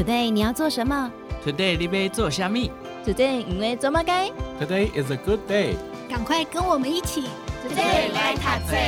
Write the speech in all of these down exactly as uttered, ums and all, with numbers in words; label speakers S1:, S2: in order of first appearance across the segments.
S1: Today 你要做什么？
S2: Today 你要做什么？
S1: Today 因为做乜该？
S3: Today is a good day。
S4: 赶快跟我们一起
S1: Today 来读册。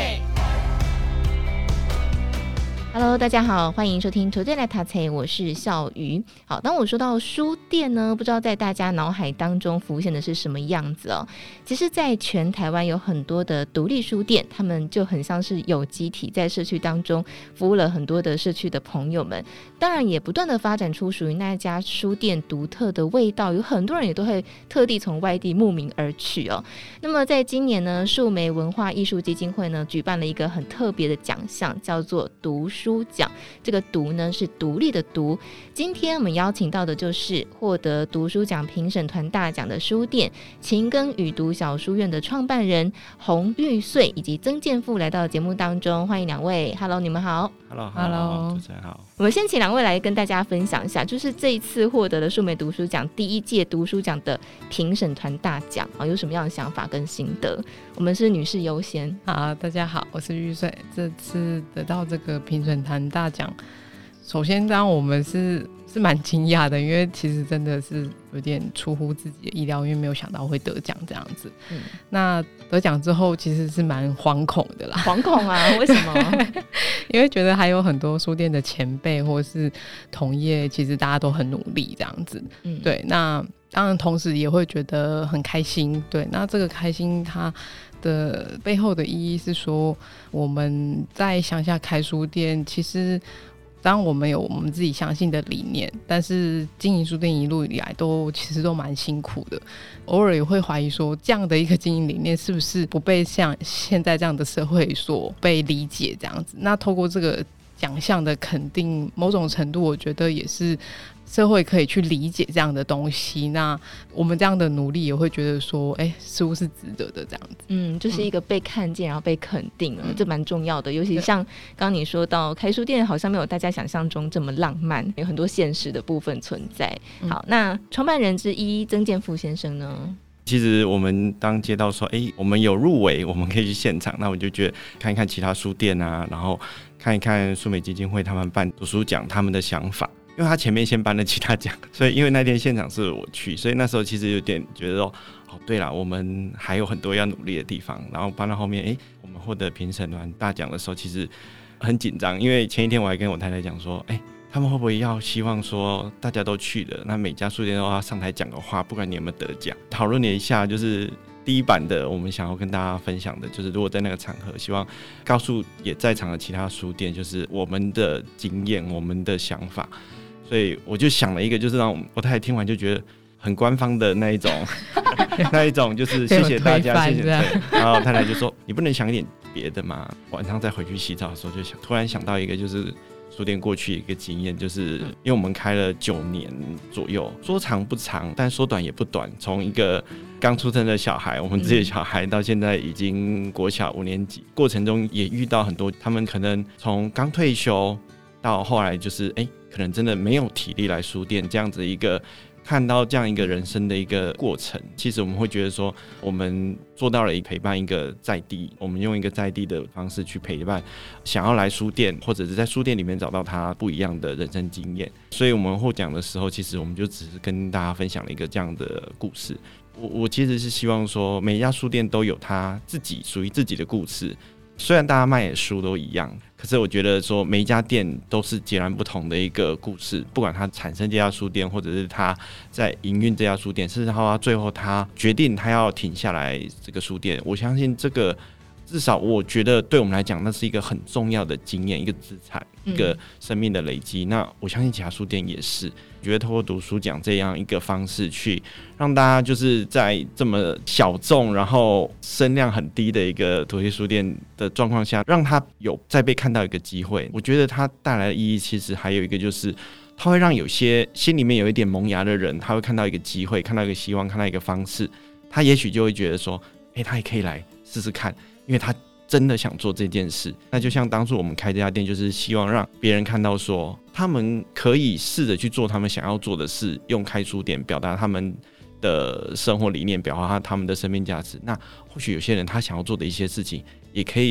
S5: Hello， 大家好，欢迎收听 Today 来读册，我是笑瑜。好，当我说到书店呢，不知道在大家脑海当中浮现的是什么样子哦？其实，在全台湾有很多的独立书店，他们就很像是有机体，在社区当中服务了很多的社区的朋友们。当然，也不断的发展出属于那一家书店独特的味道，有很多人也都会特地从外地慕名而去哦。那么，在今年呢，树梅文化艺术基金会呢举办了一个很特别的奖项，叫做读书书奖。这个读呢是独立的读。今天我们邀请到的就是获得读书奖评审团大奖的书店勤耕与读小书院的创办人洪玉穗以及曾建富来到节目当中，欢迎两位。 Hello， 你们好。
S2: Hello Hello， 主持人好。
S5: 我们先请两位来跟大家分享一下，就是这一次获得了树梅读书奖第一届读书奖的评审团大奖有什么样的想法跟心得？我们是女士优先。
S6: 好，大家好，我是玉穗。这次得到这个评审团大奖，首先当然我们是是蛮惊讶的，因为其实真的是有点出乎自己的意料，因为没有想到会得奖这样子、嗯、那得奖之后其实是蛮惶恐的啦。
S5: 惶恐啊？为什么？
S6: 因为觉得还有很多书店的前辈或是同业，其实大家都很努力这样子、嗯、对。那当然同时也会觉得很开心。对，那这个开心它的背后的意义是说，我们在乡下开书店，其实当然我们有我们自己相信的理念，但是经营书店一路以来都其实都蛮辛苦的，偶尔也会怀疑说这样的一个经营理念是不是不被像现在这样的社会所被理解这样子。那透过这个奖项的肯定，某种程度我觉得也是社会可以去理解这样的东西，那我们这样的努力也会觉得说哎、欸，似乎是值得的这样子。
S5: 嗯，就是一个被看见然后被肯定了、嗯、这蛮重要的。尤其像刚刚你说到开书店好像没有大家想象中这么浪漫，有很多现实的部分存在、嗯、好，那创办人之一曾建富先生呢？
S2: 其实我们当接到说哎，我们有入围，我们可以去现场，那我就觉得看一看其他书店啊，然后看一看树梅基金会他们办读书奖他们的想法，因为他前面先颁了其他奖，所以因为那天现场是我去，所以那时候其实有点觉得说哦，对啦，我们还有很多要努力的地方。然后搬到后面哎，我们获得评审团大奖的时候其实很紧张，因为前一天我还跟我太太讲说哎，他们会不会要希望说大家都去了，那每家书店都要上台讲个话，不管你有没有得奖。讨论了一下，就是第一版的我们想要跟大家分享的就是如果在那个场合希望告诉也在场的其他书店，就是我们的经验我们的想法。所以我就想了一个，就是让我太太听完就觉得很官方的那一种那一种就是谢谢大家谢谢。然后太太就说你不能想一点别的吗？晚上再回去洗澡的时候就想突然想到一个，就是书店过去一个经验，就是因为我们开了九年左右，说长不长但说短也不短，从一个刚出生的小孩，我们自己的小孩到现在已经国小五年级，过程中也遇到很多他们可能从刚退休到后来就是哎，可能真的没有体力来书店，这样子一个看到这样一个人生的一个过程，其实我们会觉得说我们做到了陪伴一个在地，我们用一个在地的方式去陪伴想要来书店或者是在书店里面找到他不一样的人生经验。所以我们获奖的时候其实我们就只是跟大家分享了一个这样的故事。 我, 我其实是希望说每一家书店都有他自己属于自己的故事，虽然大家卖的书都一样，可是我觉得说每一家店都是截然不同的一个故事，不管他产生这家书店或者是他在营运这家书店，甚至他最后他决定他要停下来这个书店，我相信这个至少我觉得对我们来讲那是一个很重要的经验，一个资产，一个生命的累积、嗯、那我相信其他书店也是，我觉得透过读书奖这样一个方式去让大家就是在这么小众然后声量很低的一个独立书店的状况下，让他有再被看到一个机会。我觉得它带来的意义其实还有一个就是它会让有些心里面有一点萌芽的人，他会看到一个机会，看到一个希望，看到一个方式，他也许就会觉得说哎、欸，他也可以来试试看，因为他真的想做这件事。那就像当初我们开这家店，就是希望让别人看到说他们可以试着去做他们想要做的事，用开书店表达他们的生活理念，表达他们的生命价值。那或许有些人他想要做的一些事情也可以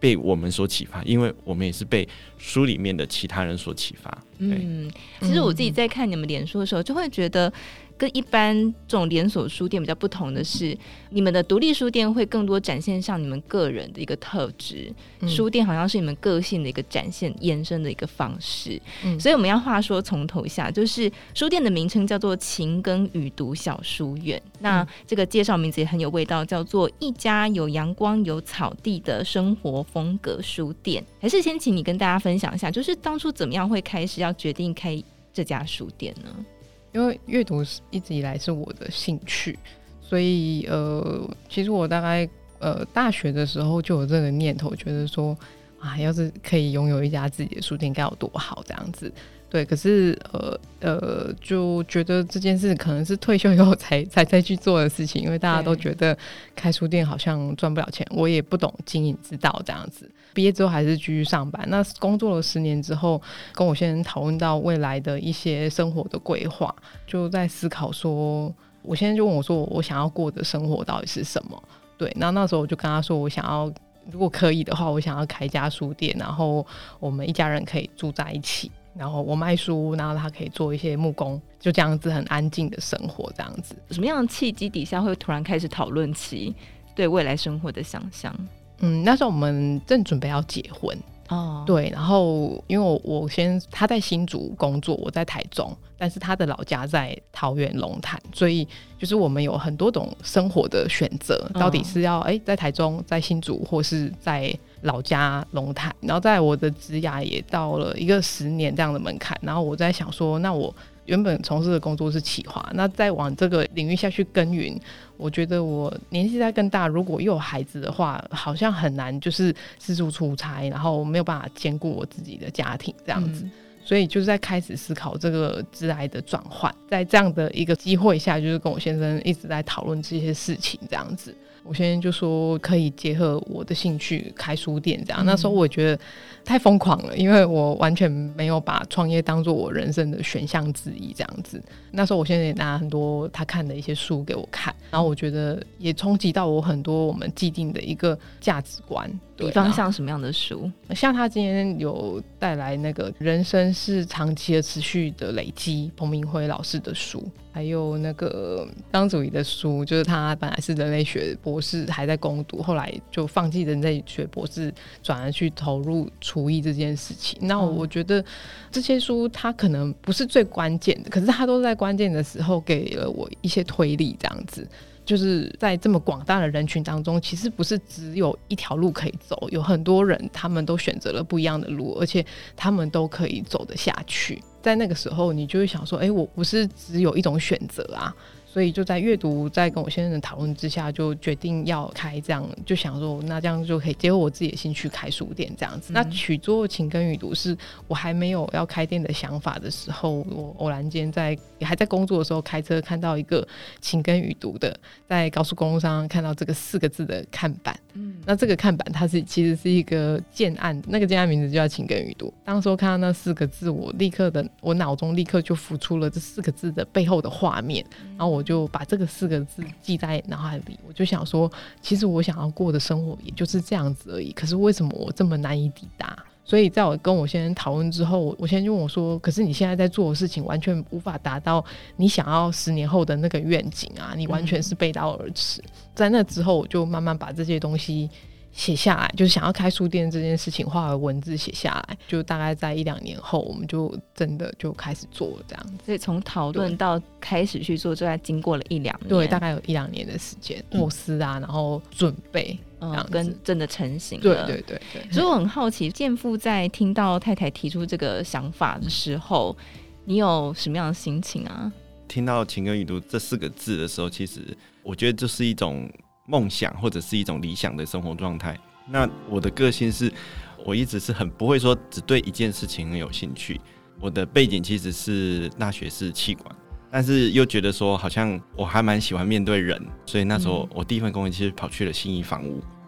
S2: 被我们所启发，因为我们也是被书里面的其他人所启发。
S5: 嗯，其实我自己在看你们脸书的时候，就会觉得跟一般这种连锁书店比较不同的是，你们的独立书店会更多展现上你们个人的一个特质、嗯、书店好像是你们个性的一个展现延伸的一个方式、嗯、所以我们要话说从头下，就是书店的名称叫做晴耕雨读小书院，那这个介绍名字也很有味道，叫做一家有阳光有草地的生活风格书店。还是先请你跟大家分享一下，就是当初怎么样会开始要决定开这家书店呢？
S6: 因为阅读一直以来是我的兴趣，所以呃，其实我大概呃大学的时候就有这个念头，觉得说啊，要是可以拥有一家自己的书店该有多好这样子。对，可是呃呃，就觉得这件事可能是退休以后才才再去做的事情，因为大家都觉得开书店好像赚不了钱，我也不懂经营之道这样子。毕业之后还是继续上班，那工作了十年之后，跟我先生讨论到未来的一些生活的规划，就在思考说，我先生就问我说，我想要过的生活到底是什么？对，那那时候我就跟他说，我想要。如果可以的话，我想要开一家书店，然后我们一家人可以住在一起，然后我卖书，然后他可以做一些木工，就这样子很安静的生活这样子。
S5: 什么样的契机底下会突然开始讨论起对未来生活的想象？
S6: 嗯，那时候我们正准备要结婚哦，对，然后因为我我先他在新竹工作，我在台中，但是他的老家在桃园龙潭，所以就是我们有很多种生活的选择，到底是要哎、欸、在台中、在新竹，或是在老家龙潭。然后在我的职涯也到了一个十年这样的门槛，然后我在想说，那我原本从事的工作是企划，那再往这个领域下去耕耘，我觉得我年纪再更大，如果又有孩子的话，好像很难就是四处出差，然后没有办法兼顾我自己的家庭这样子、嗯、所以就是在开始思考这个职涯的转换。在这样的一个机会下，就是跟我先生一直在讨论这些事情这样子。我先生就说可以结合我的兴趣开书店这样、嗯、那时候我觉得太疯狂了，因为我完全没有把创业当作我人生的选项之一这样子。那时候我现在也拿很多他看的一些书给我看，然后我觉得也冲击到我很多我们既定的一个价值观。
S5: 比方像什么样的书？
S6: 像他今天有带来那个人生是长期的持续的累积，彭明辉老师的书，还有那个张祖仪的书，就是他本来是人类学博士还在攻读，后来就放弃人类学博士，转而去投入厨艺这件事情。那我觉得这些书他可能不是最关键的，可是他都在关键的时候给了我一些推力这样子。就是在这么广大的人群当中，其实不是只有一条路可以走，有很多人他们都选择了不一样的路，而且他们都可以走得下去。在那个时候你就会想说，哎、欸，我不是只有一种选择啊。所以就在阅读在跟我先生的讨论之下，就决定要开这样，就想说那这样就可以结合我自己的兴趣开书店这样子、嗯、那取作晴耕雨读是我还没有要开店的想法的时候，我偶然间在也还在工作的时候开车看到一个晴耕雨读的，在高速公路上看到这个四个字的看板、嗯、那这个看板它是其实是一个建案，那个建案名字就叫晴耕雨读。当时候看到那四个字，我立刻的我脑中立刻就浮出了这四个字的背后的画面，然后我就把这个四个字记在脑海里。我就想说，其实我想要过的生活也就是这样子而已，可是为什么我这么难以抵达？所以在我跟我先生讨论之后，我先生就问我说，可是你现在在做的事情完全无法达到你想要十年后的那个愿景啊，你完全是背道而驰、嗯、在那之后我就慢慢把这些东西写下来，就是想要开书店这件事情化为文字写下来，就大概在一两年后我们就真的就开始做了这样子。
S5: 所以从讨论到开始去做，就在经过了一两年。
S6: 对，大概有一两年的时间构思啊，然后准备这样子、嗯、
S5: 跟真的成型了。
S6: 对对对对。
S5: 所以我很好奇，健父在听到太太提出这个想法的时候，你有什么样的心情啊？
S2: 听到晴耕雨读这四个字的时候，其实我觉得这是一种梦想或者是一种理想的生活状态。那我的个性是我一直是很不会说只对一件事情很有兴趣。我的背景其实是大学是企管，但是又觉得说好像我还蛮喜欢面对人，所以那时候我第一份工作其实跑去了信义房屋，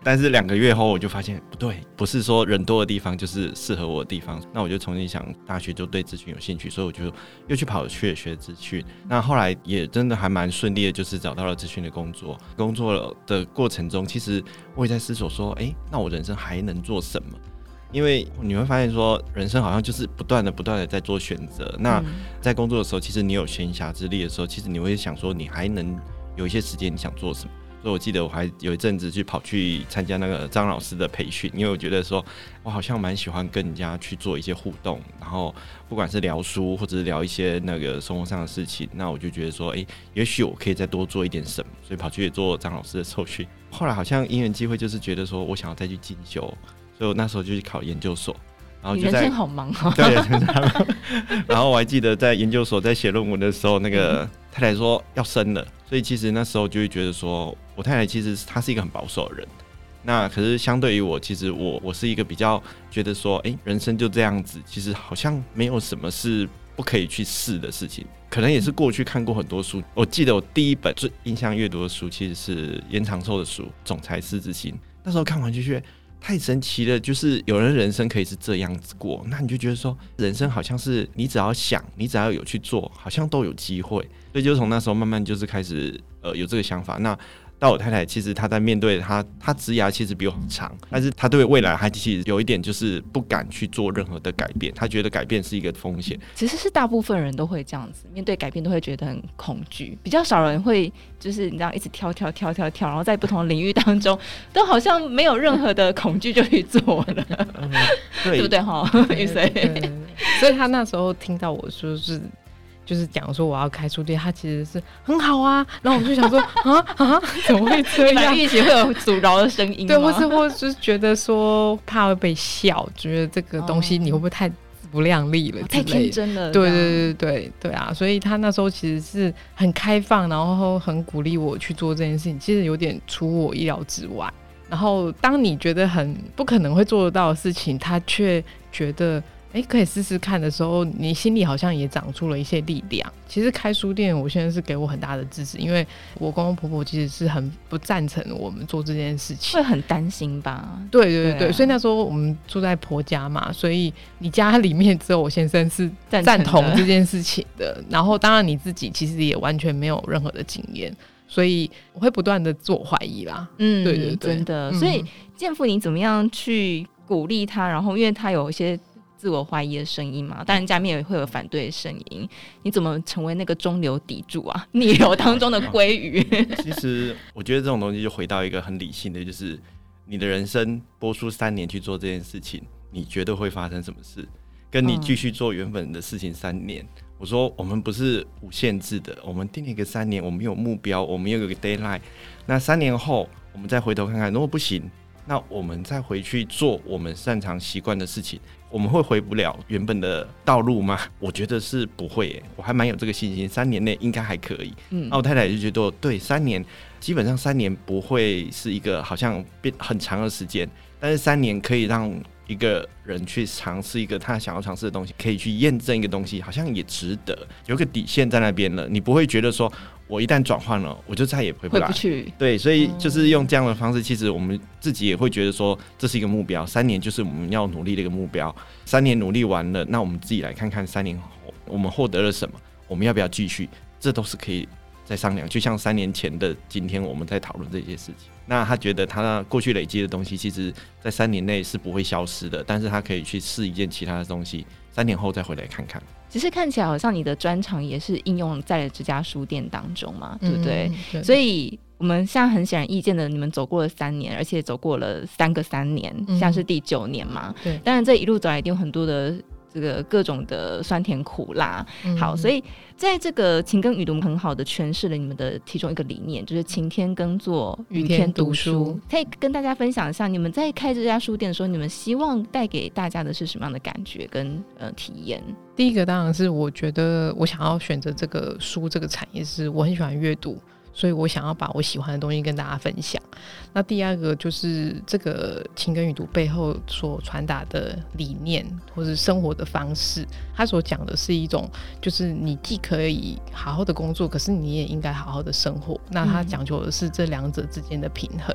S2: 但是两个月后我就发现不对，不是说人多的地方就是适合我的地方。那我就重新想，大学就对资讯有兴趣，所以我就又去跑去学资讯。那后来也真的还蛮顺利的，就是找到了资讯的工作。工作的过程中，其实我也在思索说，哎、欸，那我人生还能做什么？因为你会发现说，人生好像就是不断的、不断的在做选择。那在工作的时候，其实你有闲暇之力的时候，其实你会想说，你还能有一些时间，你想做什么？所以我记得我还有一阵子去跑去参加那个张老师的培训，因为我觉得说我好像蛮喜欢跟人家去做一些互动，然后不管是聊书或者是聊一些那个生活上的事情，那我就觉得说，哎、欸，也许我可以再多做一点什么，所以跑去做张老师的受训。后来好像因缘机会，就是觉得说我想要再去进修，所以我那时候就去考研究所。然后就在
S5: 你人生好忙哦。
S2: 对，然后我还记得在研究所在写论文的时候，那个太太说要生了，所以其实那时候就会觉得说，我太太其实她是一个很保守的人。那可是相对于我，其实我我是一个比较觉得说，哎、欸，人生就这样子，其实好像没有什么是不可以去试的事情。可能也是过去看过很多书，我记得我第一本最印象阅读的书其实是严长寿的书《总裁四之心》，那时候看完就觉得太神奇了，就是有人人生可以是这样子过，那你就觉得说人生好像是你只要想，你只要有去做，好像都有机会。所以就从那时候慢慢就是开始呃有这个想法。那到我太太，其实她在面对她她职涯其实比我很长，但是她对未来她其实有一点就是不敢去做任何的改变，她觉得改变是一个风险。
S5: 其实是大部分人都会这样子，面对改变都会觉得很恐惧，比较少人会就是你知道一直跳跳跳跳跳，然后在不同的领域当中都好像没有任何的恐惧就去做了，嗯、对, 对不对哈？玉水，
S6: 所以他那时候听到我说是。就是讲说我要开书店，他其实是很好啊，然后我就想说啊啊，怎么会这样？
S5: 一起会有阻挠的声音吗？
S6: 对，或是或是觉得说怕会被笑，觉得这个东西你会不会太不量力了、哦，
S5: 太天真了？
S6: 对对对对对啊！所以他那时候其实是很开放，然后很鼓励我去做这件事情，其实有点出我意料之外。然后当你觉得很不可能会做得到的事情，他却觉得。哎，可以试试看的时候，你心里好像也长出了一些力量。其实开书店，我现在是给我很大的支持，因为我公公婆婆其实是很不赞成我们做这件事情，
S5: 会很担心吧？
S6: 对对对 对,、
S5: 对、啊，
S6: 所以那时候我们住在婆家嘛，所以你家里面只有我先生是赞同这件事情的，然后当然你自己其实也完全没有任何的经验。所以我会不断的自我怀疑啦，
S5: 嗯，
S6: 对对对，
S5: 真的。
S6: 嗯、
S5: 所以建父，你怎么样去鼓励他？然后因为他有一些自我怀疑的声音嘛，当然家里面也会有反对的声音，你怎么成为那个中流砥柱啊？逆流当中的鲑鱼。
S2: 其实我觉得这种东西就回到一个很理性的，就是你的人生播出三年去做这件事情，你觉得会发生什么事？跟你继续做原本的事情三年。嗯，我说我们不是无限制的，我们定了一个三年，我们有目标，我们有一个 deadline。那三年后，我们再回头看看，如果不行，那我们再回去做我们擅长习惯的事情。我们会回不了原本的道路吗？我觉得是不会耶，我还蛮有这个信心，三年内应该还可以。嗯，那我太太就觉得，对，三年基本上三年不会是一个好像变很长的时间，但是三年可以让一个人去尝试一个他想要尝试的东西，可以去验证一个东西，好像也值得，有个底线在那边了，你不会觉得说我一旦转换了我就再也回不来，
S5: 回不去。
S2: 对，所以就是用这样的方式，其实我们自己也会觉得说这是一个目标，三年就是我们要努力的一个目标，三年努力完了，那我们自己来看看三年后我们获得了什么，我们要不要继续，这都是可以再商量。就像三年前的今天我们在讨论这些事情，那他觉得他过去累积的东西其实在三年内是不会消失的，但是他可以去试一件其他的东西，三年后再回来看看。
S5: 其实看起来好像你的专长也是应用在了这家书店当中嘛，对不对？
S6: 嗯、对，
S5: 所以我们现在很显而易见的，你们走过了三年，而且走过了三个三年，现在是第九年嘛。对，当然这一路走来一定有很多的这个各种的酸甜苦辣。嗯、好，所以在这个晴耕雨读很好的诠释了你们的其中一个理念，就是晴天耕作，雨天读书。可以跟大家分享一下，你们在开这家书店的时候，你们希望带给大家的是什么样的感觉跟呃体验？
S6: 第一个当然是我觉得我想要选择这个书这个产业，是我很喜欢阅读，所以我想要把我喜欢的东西跟大家分享。那第二个就是这个晴耕雨读背后所传达的理念或是生活的方式，他所讲的是一种就是你既可以好好的工作，可是你也应该好好的生活，那他讲究的是这两者之间的平衡。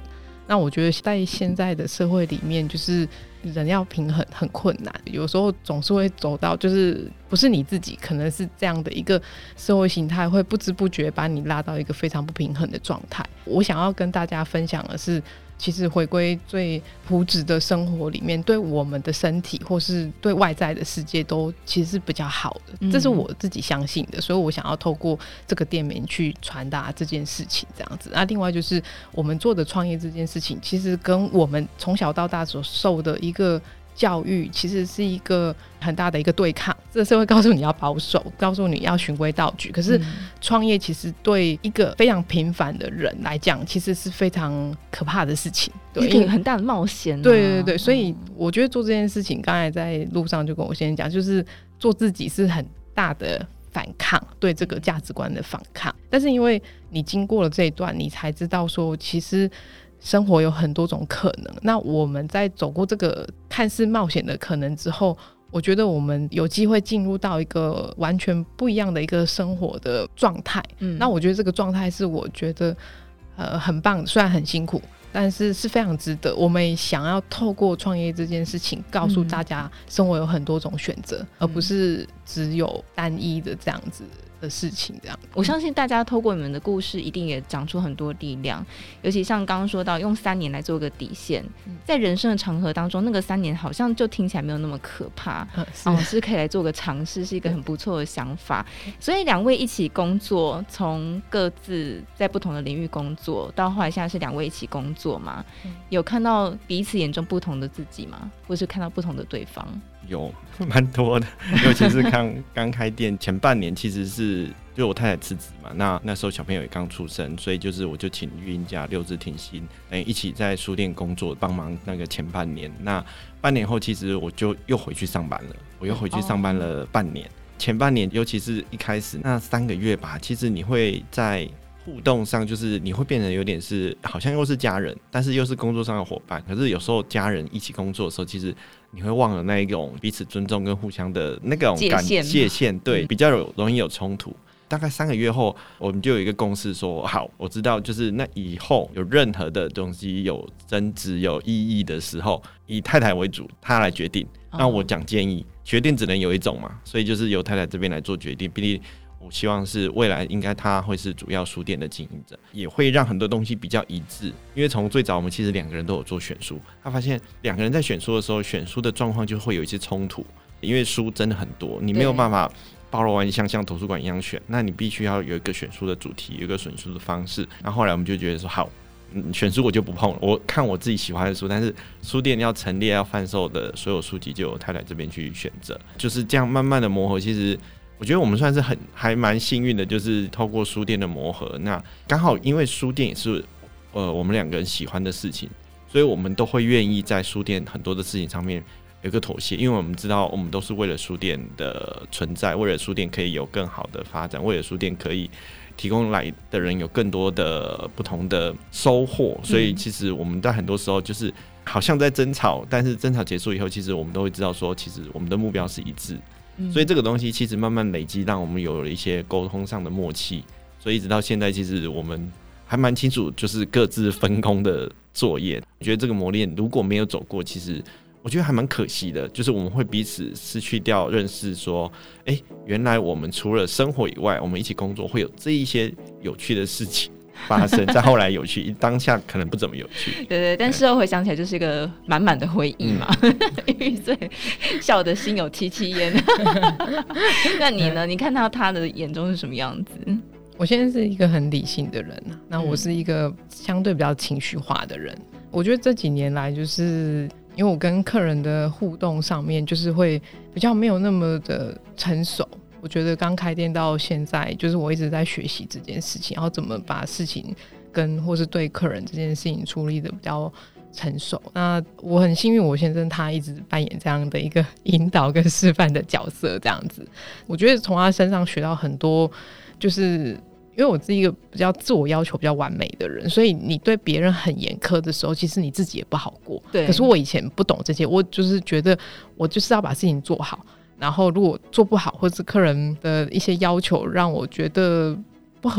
S6: 那我觉得在现在的社会里面，就是人要平衡很困难，有时候总是会走到就是不是你自己，可能是这样的一个社会形态会不知不觉把你拉到一个非常不平衡的状态。我想要跟大家分享的是，其实回归最朴质的生活里面，对我们的身体或是对外在的世界都其实是比较好的、嗯、这是我自己相信的，所以我想要透过这个店名去传达这件事情这样子。那另外就是我们做的创业这件事情，其实跟我们从小到大所受的一个教育其实是一个很大的一个对抗，这个社会告诉你要保守，告诉你要循规蹈矩，可是创业其实对一个非常平凡的人来讲其实是非常可怕的事情，
S5: 对，一个很大的冒险、啊、
S6: 对对对，所以我觉得做这件事情，刚才在路上就跟我先生讲，就是做自己是很大的反抗，对这个价值观的反抗，但是因为你经过了这一段，你才知道说其实生活有很多种可能。那我们在走过这个看似冒险的可能之后，我觉得我们有机会进入到一个完全不一样的一个生活的状态、嗯、那我觉得这个状态是我觉得呃很棒的，虽然很辛苦，但是是非常值得。我们也想要透过创业这件事情告诉大家生活有很多种选择、嗯、而不是只有单一的这样子的事情这样。
S5: 我相信大家透过你们的故事一定也长出很多力量，尤其像刚刚说到用三年来做个底线、嗯、在人生的长河当中，那个三年好像就听起来没有那么可怕、嗯、是, 哦、是可以来做个尝试，是一个很不错的想法。所以两位一起工作，从各自在不同的领域工作到后来现在是两位一起工作嘛、嗯、有看到彼此眼中不同的自己吗？或是看到不同的对方？
S2: 有蛮多的，尤其是刚刚开店前半年，其实是就我太太辞职嘛，那那时候小朋友也刚出生，所以就是我就请育婴假六日停薪，一起在书店工作帮忙那个前半年。那半年后其实我就又回去上班了，我又回去上班了半年、哦、前半年尤其是一开始那三个月吧，其实你会在互动上就是你会变成有点是好像又是家人，但是又是工作上的伙伴，可是有时候家人一起工作的时候，其实你会忘了那一种彼此尊重跟互相的那种感界 限, 界限对、嗯、比较有容易有冲突。大概三个月后我们就有一个共识说，好，我知道就是那以后有任何的东西有争执有异议的时候，以太太为主，她来决定，那我讲建议、哦、决定只能有一种嘛，所以就是由太太这边来做决定。毕竟我希望是未来应该他会是主要书店的经营者，也会让很多东西比较一致。因为从最早我们其实两个人都有做选书，他发现两个人在选书的时候，选书的状况就会有一些冲突，因为书真的很多，你没有办法包罗万象像图书馆一样选，那你必须要有一个选书的主题，有一个选书的方式。那后来我们就觉得说，好，嗯，选书我就不碰了，我看我自己喜欢的书，但是书店要陈列要贩售的所有书籍就由太太这边去选择，就是这样慢慢的磨合。其实我觉得我们算是很还蛮幸运的，就是透过书店的磨合，那刚好因为书店也是呃我们两个人喜欢的事情，所以我们都会愿意在书店很多的事情上面有一个妥协，因为我们知道我们都是为了书店的存在，为了书店可以有更好的发展，为了书店可以提供来的人有更多的不同的收获，所以其实我们在很多时候就是好像在争吵，但是争吵结束以后，其实我们都会知道说，其实我们的目标是一致。所以这个东西其实慢慢累积，让我们有了一些沟通上的默契，所以一直到现在，其实我们还蛮清楚，就是各自分工的作业。我觉得这个磨练如果没有走过，其实我觉得还蛮可惜的，就是我们会彼此失去掉认识，说，哎、欸，原来我们除了生活以外，我们一起工作会有这一些有趣的事情发生，在后来有趣，当下可能不怎么有趣。
S5: 对对，但事后回想起来就是一个满满的回忆嘛，玉碎、嗯、笑得心有戚戚焉。那你呢？你看到他的眼中是什么样子？
S6: 我现在是一个很理性的人，那我是一个相对比较情绪化的人。嗯、我觉得这几年来，就是因为我跟客人的互动上面，就是会比较没有那么的成熟。我觉得刚开店到现在，就是我一直在学习这件事情，然后怎么把事情跟或是对客人这件事情处理的比较成熟。那我很幸运，我先生他一直扮演这样的一个引导跟示范的角色，这样子。我觉得从他身上学到很多，就是因为我是一个比较自我要求比较完美的人，所以你对别人很严苛的时候，其实你自己也不好过。对。可是我以前不懂这些，我就是觉得我就是要把事情做好。然后如果做不好，或是客人的一些要求让我觉得不合理，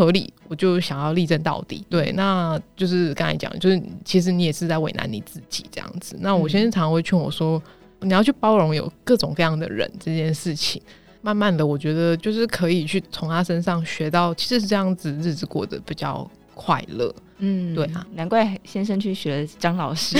S6: 我就想要力争到底。对，那就是刚才讲，就是其实你也是在为难你自己这样子。那我先生常常会劝我说，你要去包容有各种各样的人这件事情。慢慢的，我觉得就是可以去从他身上学到，其实是这样子日子过得比较快乐。
S5: 嗯，对啊，难怪先生去学了张老师，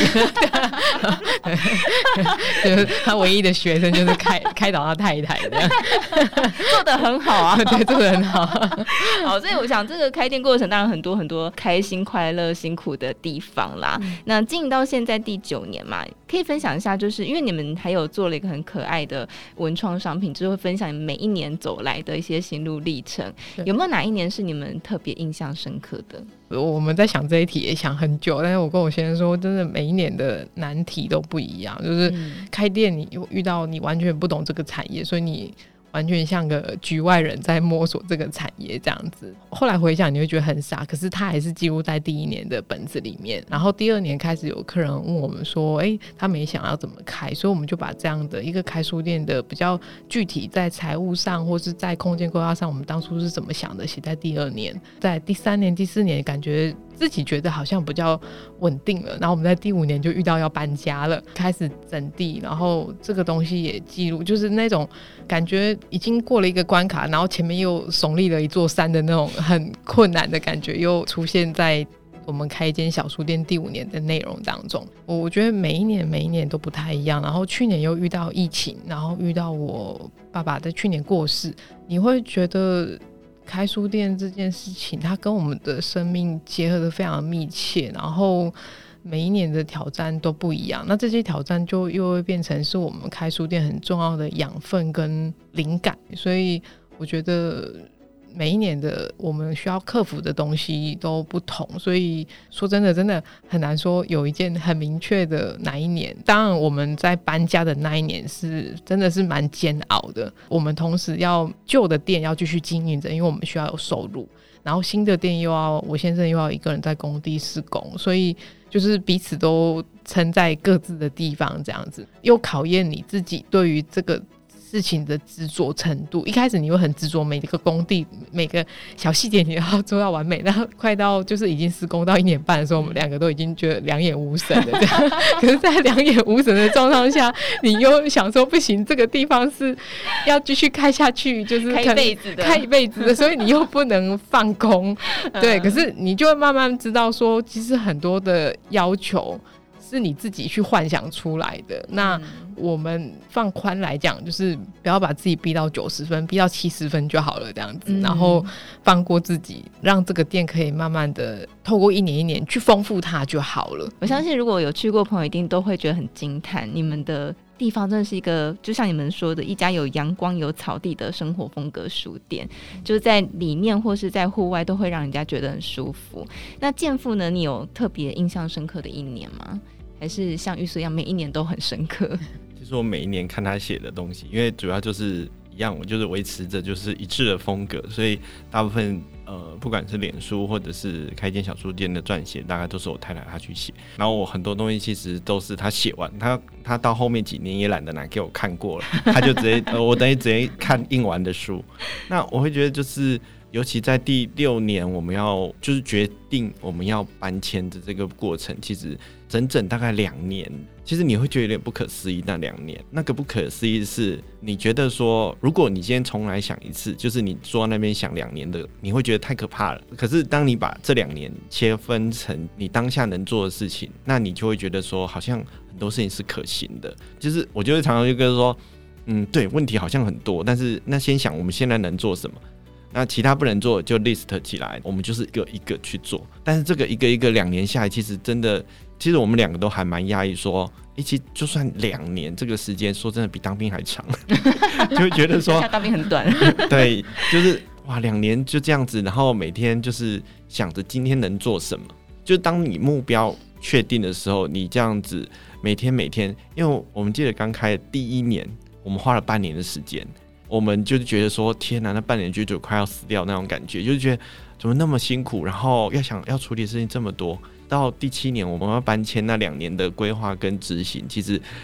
S6: 就是他唯一的学生就是开开导他太太的，
S5: 做得很好啊，
S6: 对，做得很好。
S5: 好，所以我想这个开店过程当然很多很多开心、快乐、辛苦的地方啦。嗯、那经营到现在第九年嘛，可以分享一下，就是因为你们还有做了一个很可爱的文创商品，就是会分享你们每一年走来的一些心路历程。有没有哪一年是你们特别印象深刻的？
S6: 我们在想这一题也想很久，但是我跟我先生说，真的每一年的难题都不一样。就是开店，你遇到你完全不懂这个产业，所以你完全像个局外人在摸索这个产业这样子。后来回想你会觉得很傻，可是他还是记录在第一年的本子里面。然后第二年开始有客人问我们说，哎、欸，他没想要怎么开，所以我们就把这样的一个开书店的比较具体在财务上或是在空间规划上我们当初是怎么想的写在第二年。在第三年第四年感觉自己觉得好像比较稳定了，然后我们在第五年就遇到要搬家了，开始整地，然后这个东西也记录，就是那种感觉已经过了一个关卡，然后前面又耸立了一座山的那种很困难的感觉又出现在我们开一间小书店第五年的内容当中。我觉得每一年每一年都不太一样，然后去年又遇到疫情，然后遇到我爸爸在去年过世，你会觉得开书店这件事情它跟我们的生命结合得非常密切，然后每一年的挑战都不一样，那这些挑战就又会变成是我们开书店很重要的养分跟灵感。所以我觉得每一年的我们需要克服的东西都不同，所以说真的真的很难说有一件很明确的哪一年。当然我们在搬家的那一年是真的是蛮煎熬的，我们同时要旧的店要继续经营着，因为我们需要有收入，然后新的店又要我先生又要一个人在工地施工，所以就是彼此都撑在各自的地方，这样子又考验你自己对于这个事情的执着程度。一开始你会很执着每一个工地每个小细节你要做到完美，然后快到就是已经施工到一年半的时候，我们两个都已经觉得两眼无神了这样可是在两眼无神的状况下，你又想说不行，这个地方是要继续开下去，就是
S5: 开一辈子的
S6: 开一辈子的，所以你又不能放空对，可是你就会慢慢知道说其实很多的要求是你自己去幻想出来的。那我们放宽来讲，就是不要把自己逼到九十分，逼到七十分就好了这样子、嗯、然后放过自己，让这个店可以慢慢的透过一年一年去丰富它就好了。
S5: 我相信如果有去过朋友一定都会觉得很惊叹，你们的地方真的是一个就像你们说的一家有阳光有草地的生活风格书店，就是在里面或是在户外都会让人家觉得很舒服。那建富呢，你有特别印象深刻的一年吗？还是像玉树一样每一年都很深刻？
S2: 其实我每一年看他写的东西，因为主要就是一样，我就是维持着就是一致的风格，所以大部分呃不管是脸书或者是开间小书店的撰写，大概都是我太太她去写。然后我很多东西其实都是她写完，她她到后面几年也懒得拿给我看过了，她就直接呃我等于直接看印完的书。那我会觉得就是。尤其在第六年我们要就是决定我们要搬迁的这个过程，其实整整大概两年，其实你会觉得有点不可思议。那两年那个不可思议是你觉得说如果你今天重来想一次，就是你坐在那边想两年的，你会觉得太可怕了。可是当你把这两年切分成你当下能做的事情，那你就会觉得说好像很多事情是可行的。就是我就会常常就跟说嗯，对，问题好像很多，但是那先想我们现在能做什么，那其他不能做就 list 起来，我们就是一个一个去做。但是这个一个一个两年下来，其实真的，其实我们两个都还蛮压抑说，欸，其实就算两年这个时间，说真的比当兵还长，就会觉得说
S5: 当兵很短，
S2: 对，就是哇，两年就这样子，然后每天就是想着今天能做什么。就当你目标确定的时候，你这样子每天每天，因为我们记得刚开的第一年，我们花了半年的时间。我们就觉得说天哪，那半年就觉得快要死掉那种感觉，就是觉得怎么那么辛苦，然后要想要处理的事情这么多。到第七年我们要搬迁，那两年的规划跟执行，其实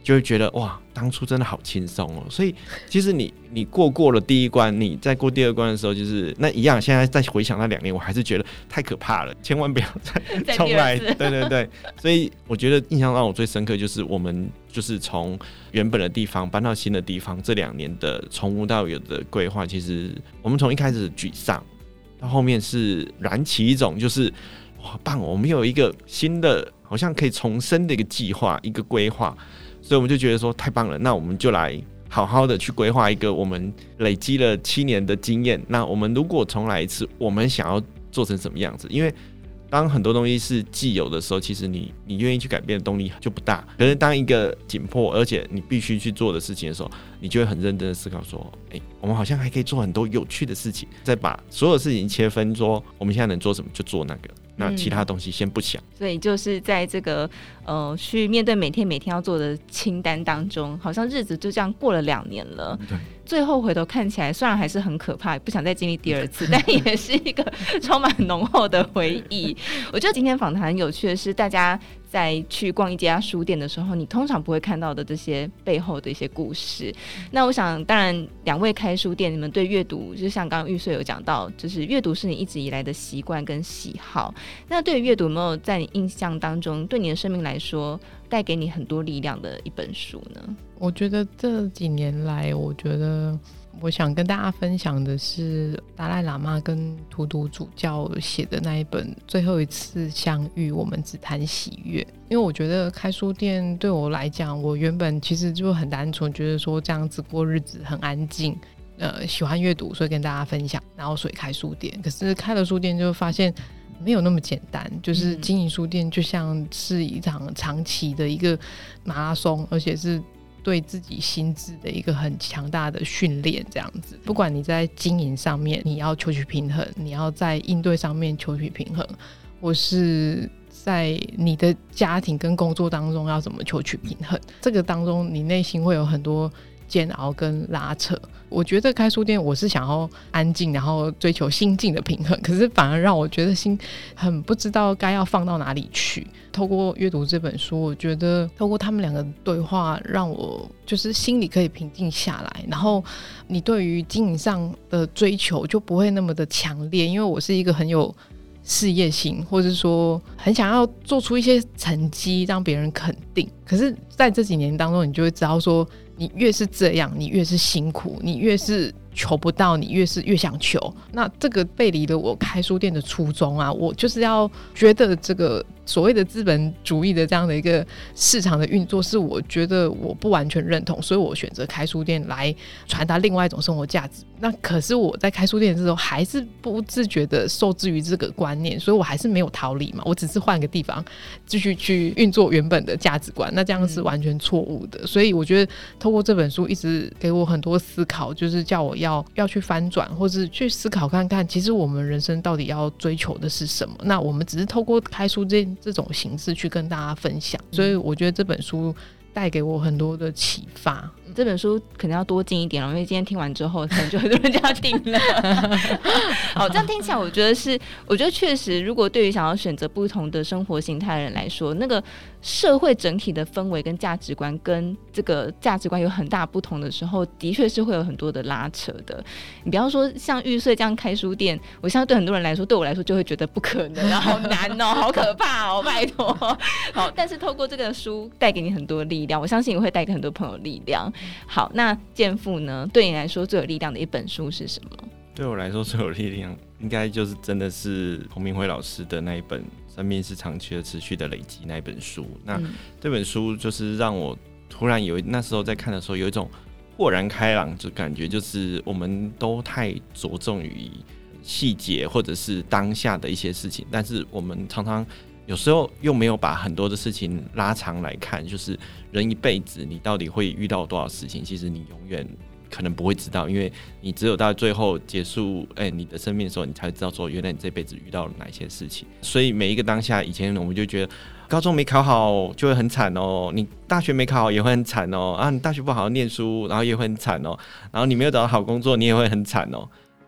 S7: 就会觉得哇，当初真的好轻松哦。所以其实你你过过了第一关，你再过第二关的时候，就是那一样。现在再回想那两年，我还是觉得太可怕了，千万不要再重来。对对对，所以我觉得印象让我最深刻就是我们就是从原本的地方搬到新的地方，这两年的从无到有的规划，其实我们从一开始沮丧，到后面是燃起一种就是哇棒，我们有一个新的好像可以重生的一个计划，一个规划。所以我们就觉得说太棒了，那我们就来好好的去规划一个我们累积了七年的经验。那我们如果重来一次，我们想要做成什么样子？因为当很多东西是既有的时候，其实你你愿意去改变的动力就不大。可是当一个紧迫而且你必须去做的事情的时候，你就会很认真的思考说，哎、欸，我们好像还可以做很多有趣的事情，再把所有事情切分，说我们现在能做什么就做那个。那其他东西先不想、
S5: 嗯、所以就是在这个呃去面对每天每天要做的清单当中，好像日子就这样过了两年了。对，最后回头看起来，虽然还是很可怕，不想再经历第二次，但也是一个充满浓厚的回忆。我觉得今天访谈很有趣的是，大家在去逛一家书店的时候，你通常不会看到的这些背后的一些故事。那我想，当然两位开书店，你们对阅读，就像刚刚玉穗有讲到，就是阅读是你一直以来的习惯跟喜好。那对于阅读，有没有在你印象当中，对你的生命来说，带给你很多力量的一本书呢？
S6: 我觉得这几年来，我觉得我想跟大家分享的是达赖喇嘛跟荼毒主教写的那一本《最后一次相遇，我们只谈喜悦》。因为我觉得开书店对我来讲，我原本其实就很单纯，觉得说这样子过日子很安静，呃，喜欢阅读，所以跟大家分享，然后所以开书店。可是开了书店就发现没有那么简单，就是经营书店就像是一场长期的一个马拉松，而且是对自己心智的一个很强大的训练，这样子。不管你在经营上面你要求取平衡，你要在应对上面求取平衡，或是在你的家庭跟工作当中要怎么求取平衡，这个当中你内心会有很多煎熬跟拉扯。我觉得开书店我是想要安静，然后追求心境的平衡，可是反而让我觉得心很不知道该要放到哪里去。透过阅读这本书，我觉得透过他们两个对话，让我就是心里可以平静下来，然后你对于经营上的追求就不会那么的强烈。因为我是一个很有事业心，或者说很想要做出一些成绩让别人肯定，可是在这几年当中，你就会知道说，你越是这样，你越是辛苦，你越是求不到，你越是越想求。那这个背离了我开书店的初衷啊！我就是要觉得这个所谓的资本主义的这样的一个市场的运作，是我觉得我不完全认同，所以我选择开书店来传达另外一种生活价值。那可是我在开书店的时候，还是不自觉的受制于这个观念，所以我还是没有逃离嘛，我只是换个地方继续去运作原本的价值观，那这样是完全错误的。所以我觉得透过这本书一直给我很多思考，就是叫我要要去翻转，或是去思考看看，其实我们人生到底要追求的是什么。那我们只是透过开书这这种形式去跟大家分享，所以我觉得这本书带给我很多的启发。
S5: 这本书可能要多进一点了，因为今天听完之后可能就很多人就要订了。好，这样听起来我觉得是我觉得确实，如果对于想要选择不同的生活形态的人来说，那个社会整体的氛围跟价值观跟这个价值观有很大不同的时候，的确是会有很多的拉扯的。你比方说像玉穗这样开书店，我相信对很多人来说，对我来说就会觉得不可能啊，好难哦，好可怕哦，拜托。好，但是透过这个书带给你很多力量，我相信也会带给很多朋友力量。好，那健父呢？对你来说最有力量的一本书是什么？
S2: 对我来说最有力量，应该就是真的是洪明辉老师的那一本《生命是长期的持续的累积》那一本书。那、嗯、这本书就是让我突然有那时候在看的时候有一种豁然开朗，就感觉就是我们都太着重于细节或者是当下的一些事情，但是我们常常有时候又没有把很多的事情拉长来看，就是人一辈子你到底会遇到多少事情，其实你永远可能不会知道，因为你只有到最后结束、欸、你的生命的时候，你才会知道说原来你这辈子遇到了哪些事情。所以每一个当下，以前我们就觉得高中没考好就会很惨哦，你大学没考好也会很惨哦，啊，你大学不好好念书然后也会很惨哦，然后你没有找到好工作你也会很惨哦。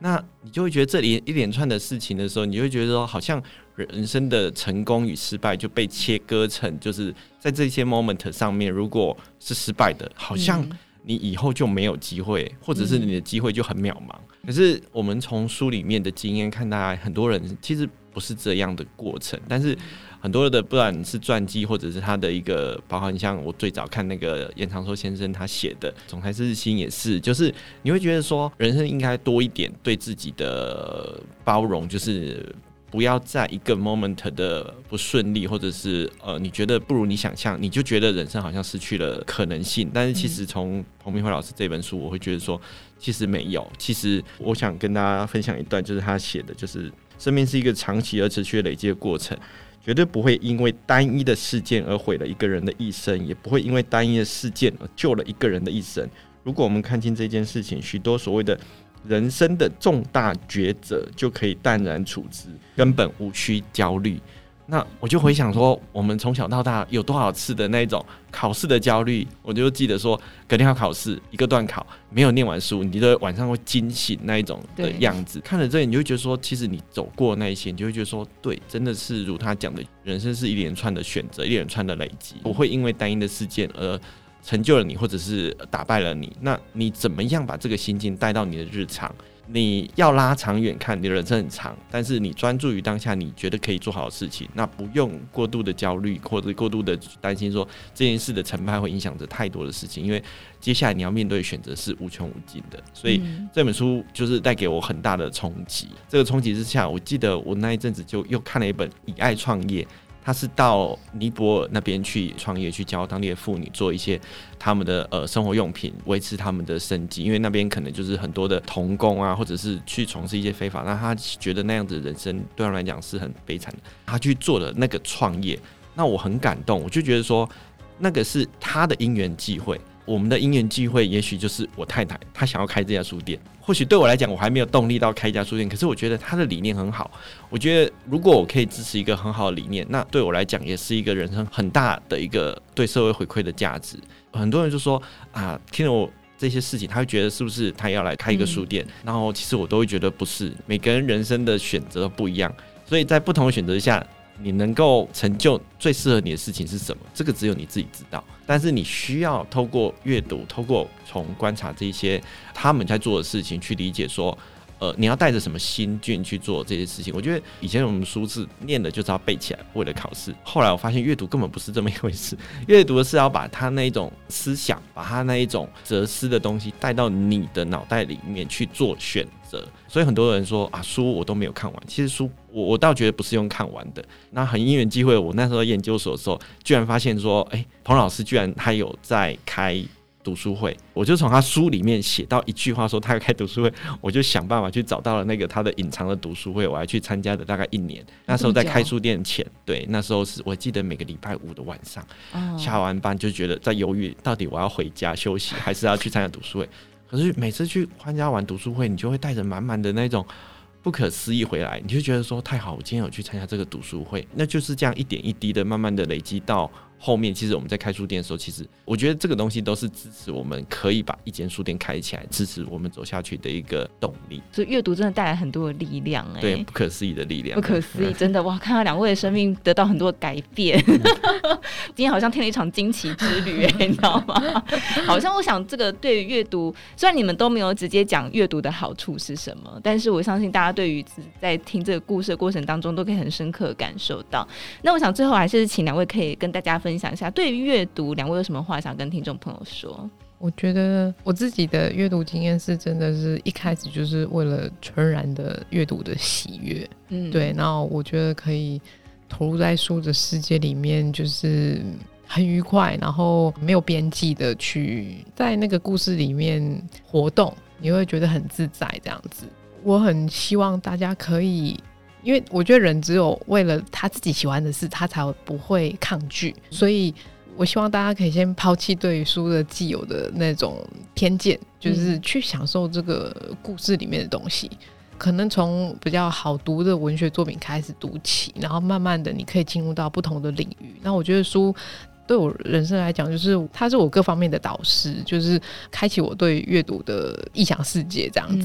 S7: 那你就会觉得这里一连串的事情的时候，你就会觉得说好像人生的成功与失败就被切割成，就是在这些 moment 上面，如果是失败的，好像你以后就没有机会，或者是你的机会就很渺茫。可是我们从书里面的经验看，大家很多人其实不是这样的过程，但是很多的不管是传记或者是他的一个，包含像我最早看那个严长寿先生他写的《总裁是日新》也是，就是你会觉得说人生应该多一点对自己的包容，就是不要在一个 moment 的不顺利，或者是呃你觉得不如你想象，你就觉得人生好像失去了可能性。但是其实从彭明辉老师这本书，我会觉得说其实没有。其实我想跟大家分享一段，就是他写的，就是生命是一个长期而持续累积的过程，绝对不会因为单一的事件而毁了一个人的一生，也不会因为单一的事件而救了一个人的一生。如果我们看清这件事情，许多所谓的人生的重大抉择就可以淡然处之，根本无需焦虑。那我就回想说，我们从小到大有多少次的那种考试的焦虑，我就记得说隔天要考试，一个段考没有念完书，你的晚上会惊醒那一种的样子。看了这里，你就会觉得说，其实你走过那一些，你就会觉得说，对，真的是如他讲的，人生是一连串的选择，一连串的累积，不会因为单一的事件而成就了你，或者是打败了你。那你怎么样把这个心境带到你的日常？你要拉长远看，你的人生很长，但是你专注于当下你觉得可以做好的事情，那不用过度的焦虑或者过度的担心说这件事的成败会影响着太多的事情，因为接下来你要面对的选择是无穷无尽的。所以这本书就是带给我很大的冲击。这个冲击之下，我记得我那一阵子就又看了一本《以爱创业》，他是到尼泊尔那边去创业，去教当地的妇女做一些他们的呃生活用品，维持他们的生计。因为那边可能就是很多的童工啊，或者是去从事一些非法，那他觉得那样子的人生对他来讲是很悲惨的。他去做了那个创业，那我很感动，我就觉得说那个是他的因缘际会。我们的因缘际会也许就是我太太她想要开这家书店，或许对我来讲我还没有动力到开一家书店，可是我觉得她的理念很好，我觉得如果我可以支持一个很好的理念，那对我来讲也是一个人生很大的一个对社会回馈的价值。很多人就说啊，听了我这些事情他会觉得是不是他要来开一个书店、嗯、然后其实我都会觉得不是，每个人人生的选择都不一样，所以在不同的选择下你能够成就最适合你的事情是什么，这个只有你自己知道。但是你需要透过阅读，透过从观察这些他们在做的事情去理解说呃，你要带着什么心境去做这些事情。我觉得以前我们书是念的就是要背起来为了考试，后来我发现阅读根本不是这么一回事，阅读的是要把他那一种思想，把他那一种哲思的东西带到你的脑袋里面去做选择。所以很多人说啊，书我都没有看完，其实书我我倒觉得不是用看完的。那很因缘机会，我那时候研究所的时候居然发现说，哎、欸，彭老师居然他有在开读书会，我就从他书里面写到一句话说他要开读书会，我就想办法去找到了那个他的隐藏的读书会，我还去参加了大概一年。那时候在开书店前，对，那时候是我记得每个礼拜五的晚上、哦、下完班就觉得在犹豫到底我要回家休息还是要去参加读书会。可是每次去参加完读书会，你就会带着满满的那种不可思议回来，你就觉得说太好，我今天有去参加这个读书会。那就是这样一点一滴的慢慢的累积到后面，其实我们在开书店的时候，其实我觉得这个东西都是支持我们可以把一间书店开起来，支持我们走下去的一个动力。
S5: 所以阅读真的带来很多的力量、欸、
S7: 对，不可思议的力量，
S5: 不可思议，真的哇！看到两位的生命得到很多的改变，今天好像听了一场惊奇之旅、欸，你知道吗？好像我想这个对于阅读，虽然你们都没有直接讲阅读的好处是什么，但是我相信大家对于在听这个故事的过程当中，都可以很深刻的感受到。那我想最后还是请两位可以跟大家分享分享一下，对于阅读，两位有什么话想跟听众朋友说？
S6: 我觉得我自己的阅读经验是真的是一开始就是为了纯然的阅读的喜悦，嗯，对，然后我觉得可以投入在书的世界里面，就是很愉快，然后没有边际的去在那个故事里面活动，你会觉得很自在这样子。我很希望大家可以，因为我觉得人只有为了他自己喜欢的事，他才不会抗拒，所以我希望大家可以先抛弃对于书的既有的那种偏见，就是去享受这个故事里面的东西。可能从比较好读的文学作品开始读起，然后慢慢的你可以进入到不同的领域。那我觉得书对我人生来讲，就是它是我各方面的导师，就是开启我对阅读的异想世界这样子、嗯、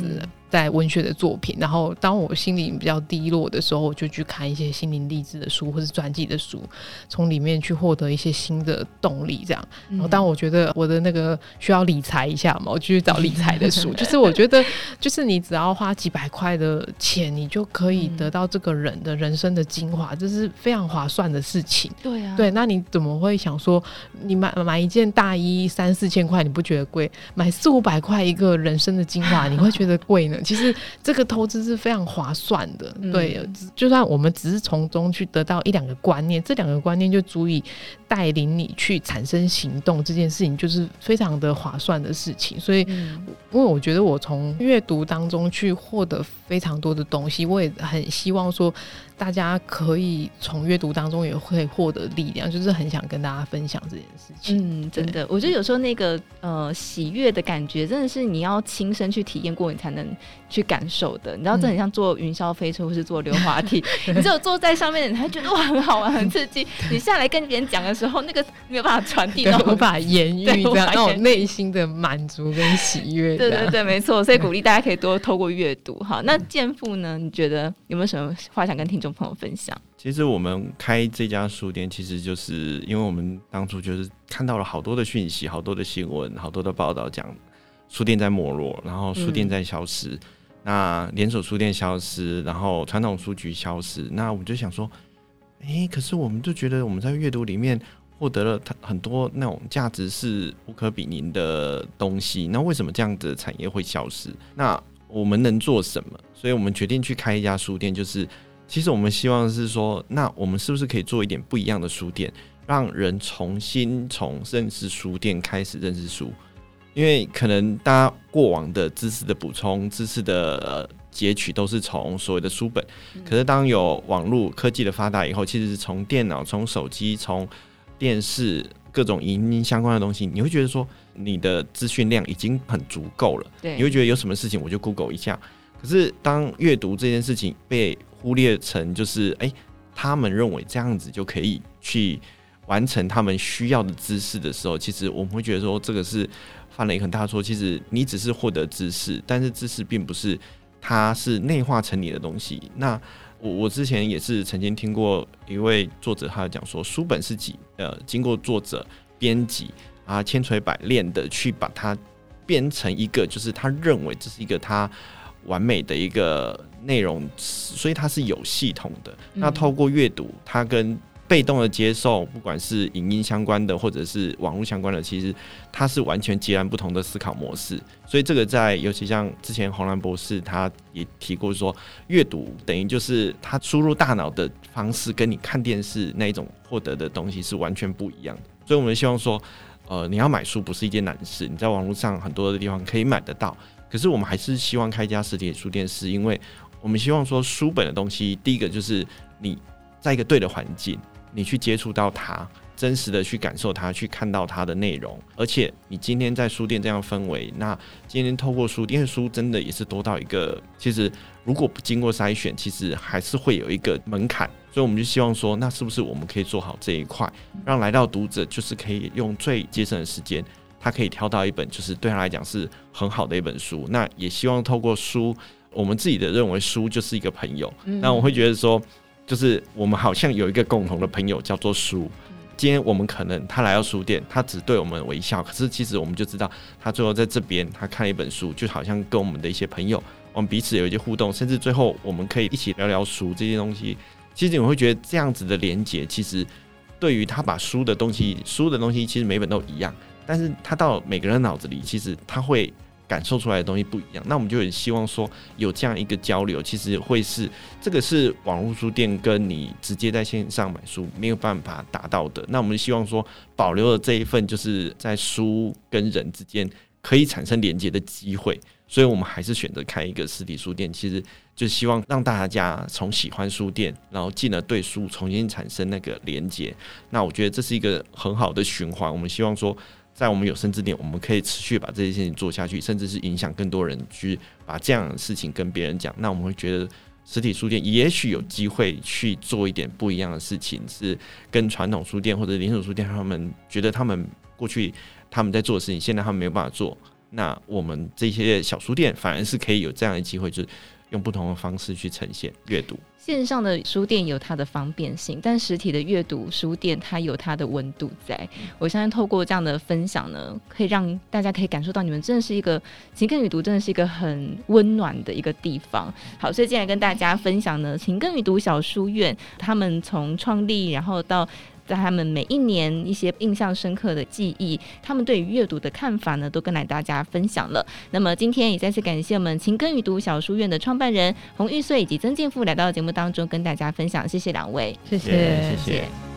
S6: 在文学的作品，然后当我心里比较低落的时候，我就去看一些心灵励志的书或是传记的书，从里面去获得一些新的动力这样。然后当我觉得我的那个需要理财一下嘛，我就去找理财的书就是我觉得就是你只要花几百块的钱，你就可以得到这个人的人生的精华，这是非常划算的事情。
S5: 对啊，
S6: 对，那你怎么会想说你 买, 买一件大衣三四千块你不觉得贵，买四五百块一个人生的精华你会觉得贵呢？其实这个投资是非常划算的。对、嗯、就算我们只是从中去得到一两个观念，这两个观念就足以带领你去产生行动，这件事情就是非常的划算的事情。所以、嗯、因为我觉得我从阅读当中去获得非常多的东西，我也很希望说大家可以从阅读当中也会获得力量，就是很想跟大家分享这件事情。
S5: 嗯，真的，我觉得有时候那个呃喜悦的感觉真的是你要亲身去体验过你才能去感受的。你知道这很像坐云霄飞车或是坐溜滑梯你只有坐在上面你才觉得哇很好玩很刺激你下来跟别人讲的时候那个没有办法传递到
S6: 无法言喻这样那种内心的满足跟喜悦
S5: 对对对没错，所以鼓励大家可以多透过阅读。好，那健父呢，你觉得有没有什么话想跟听众朋友分享？
S2: 其实我们开这家书店其实就是因为我们当初就是看到了好多的讯息，好多的新闻，好多的报道讲书店在没落，然后书店在消失、嗯、那连锁书店消失，然后传统书局消失，那我就想说哎，可是我们就觉得我们在阅读里面获得了很多那种价值是无可比拟的东西，那为什么这样的产业会消失？那我们能做什么？所以我们决定去开一家书店，就是其实我们希望是说，那我们是不是可以做一点不一样的书店，让人重新从认识书店开始认识书。因为可能大家过往的知识的补充、知识的、呃、截取都是从所谓的书本，可是当有网络科技的发达以后，其实是从电脑、从手机、从电视各种影音相关的东西，你会觉得说你的资讯量已经很足够了，你会觉得有什么事情我就 Google 一下。可是当阅读这件事情被忽略成就是哎，他们认为这样子就可以去完成他们需要的知识的时候，其实我们会觉得说这个是犯了一个很大的错。其实你只是获得知识，但是知识并不是它是内化成你的东西。那 我, 我之前也是曾经听过一位作者，他讲说书本是几呃经过作者编辑啊千锤百炼的去把它编成一个就是他认为这是一个他完美的一个内容，所以它是有系统的。那透过阅读，它跟被动的接受，不管是影音相关的或者是网络相关的，其实它是完全截然不同的思考模式。所以这个在尤其像之前洪兰博士他也提过说，阅读等于就是他输入大脑的方式跟你看电视那一种获得的东西是完全不一样的。所以我们希望说呃，你要买书不是一件难事，你在网络上很多的地方可以买得到，可是我们还是希望开一家实体书店，是因为我们希望说书本的东西，第一个就是你在一个对的环境，你去接触到它，真实的去感受它，去看到它的内容。而且你今天在书店这样氛围，那今天透过书，因为书真的也是多到一个，其实如果不经过筛选，其实还是会有一个门槛。所以我们就希望说，那是不是我们可以做好这一块，让来到读者就是可以用最节省的时间，他可以挑到一本就是对他来讲是很好的一本书。那也希望透过书，我们自己的认为书就是一个朋友、嗯、那我会觉得说就是我们好像有一个共同的朋友叫做书。今天我们可能他来到书店，他只对我们微笑，可是其实我们就知道他最后在这边他看了一本书，就好像跟我们的一些朋友，我们彼此有一些互动，甚至最后我们可以一起聊聊书这些东西。其实你会觉得这样子的连结，其实对于他把书的东西书的东西其实每本都一样，但是他到每个人脑子里其实他会感受出来的东西不一样。那我们就很希望说有这样一个交流，其实会是这个是网络书店跟你直接在线上买书没有办法达到的。那我们希望说保留了这一份就是在书跟人之间可以产生连接的机会，所以我们还是选择开一个实体书店，其实就希望让大家从喜欢书店，然后进而对书重新产生那个连接。那我觉得这是一个很好的循环。我们希望说在我们有生之年，我们可以持续把这些事情做下去，甚至是影响更多人去把这样的事情跟别人讲。那我们会觉得实体书店也许有机会去做一点不一样的事情，是跟传统书店或者连锁书店他们觉得他们过去他们在做的事情，现在他们没有办法做，
S7: 那我们这些小书店反而是可以有这样的机会，就是用不同的方式去呈现阅读。
S5: 线上的书店有它的方便性，但实体的阅读书店它有它的温度在。我相信透过这样的分享呢，可以让大家可以感受到你们真的是一个情耕语读，真的是一个很温暖的一个地方。好，所以今天来跟大家分享呢，情耕语读小书院他们从创立然后到在他们每一年一些印象深刻的记忆，他们对于阅读的看法呢，都跟来大家分享了。那么今天也再次感谢我们情耕语读小书院的创办人洪玉穗以及曾建富来到节目当中跟大家分享，谢谢两位，
S6: 谢谢
S7: 谢谢。